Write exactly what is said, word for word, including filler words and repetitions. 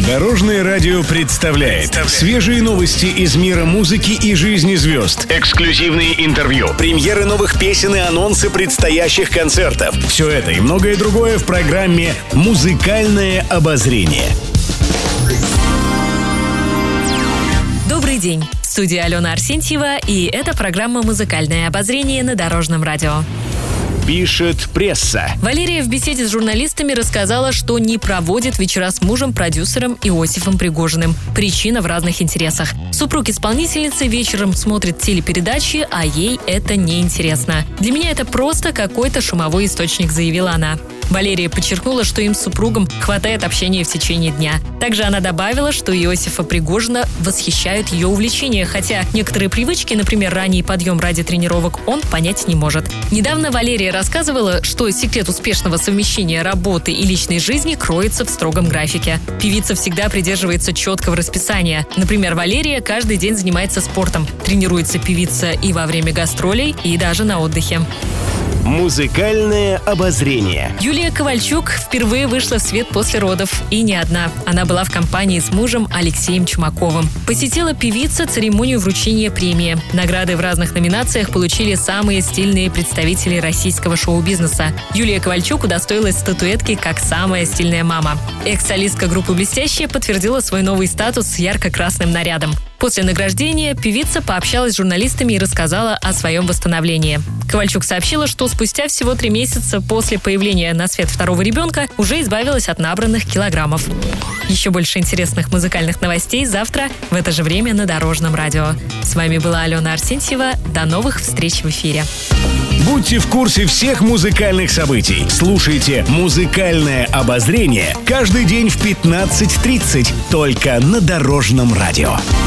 Дорожное радио представляет свежие новости из мира музыки и жизни звезд. Эксклюзивные интервью, премьеры новых песен и анонсы предстоящих концертов. Все это и многое другое в программе «Музыкальное обозрение». Добрый день. В студии Алена Арсентьева, и это программа «Музыкальное обозрение» на Дорожном радио. Пишет пресса. Валерия в беседе с журналистами рассказала, что не проводит вечера с мужем-продюсером Иосифом Пригожиным. Причина в разных интересах. Супруг исполнительницы вечером смотрит телепередачи, а ей это неинтересно. «Для меня это просто какой-то шумовой источник», — заявила она. Валерия подчеркнула, что им с супругом хватает общения в течение дня. Также она добавила, что Иосифа Пригожина восхищают ее увлечения, хотя некоторые привычки, например, ранний подъем ради тренировок, он понять не может. Недавно Валерия рассказывала, что секрет успешного совмещения работы и личной жизни кроется в строгом графике. Певица всегда придерживается четкого расписания. Например, Валерия каждый день занимается спортом. Тренируется певица и во время гастролей, и даже на отдыхе. Музыкальное обозрение. Юлия Ковальчук впервые вышла в свет после родов. И не одна. Она была в компании с мужем Алексеем Чумаковым. Посетила певица церемонию вручения премии. Награды в разных номинациях получили самые стильные представители российского шоу-бизнеса. Юлия Ковальчук удостоилась статуэтки как самая стильная мама. Экс-солистка группы «Блестящие» подтвердила свой новый статус с ярко-красным нарядом. После награждения певица пообщалась с журналистами и рассказала о своем восстановлении. Ковальчук сообщила, что спустя всего три месяца после появления на свет второго ребенка уже избавилась от набранных килограммов. Еще больше интересных музыкальных новостей завтра в это же время на Дорожном радио. С вами была Алена Арсентьева. До новых встреч в эфире. Будьте в курсе всех музыкальных событий. Слушайте «Музыкальное обозрение» каждый день в пятнадцать тридцать только на Дорожном радио.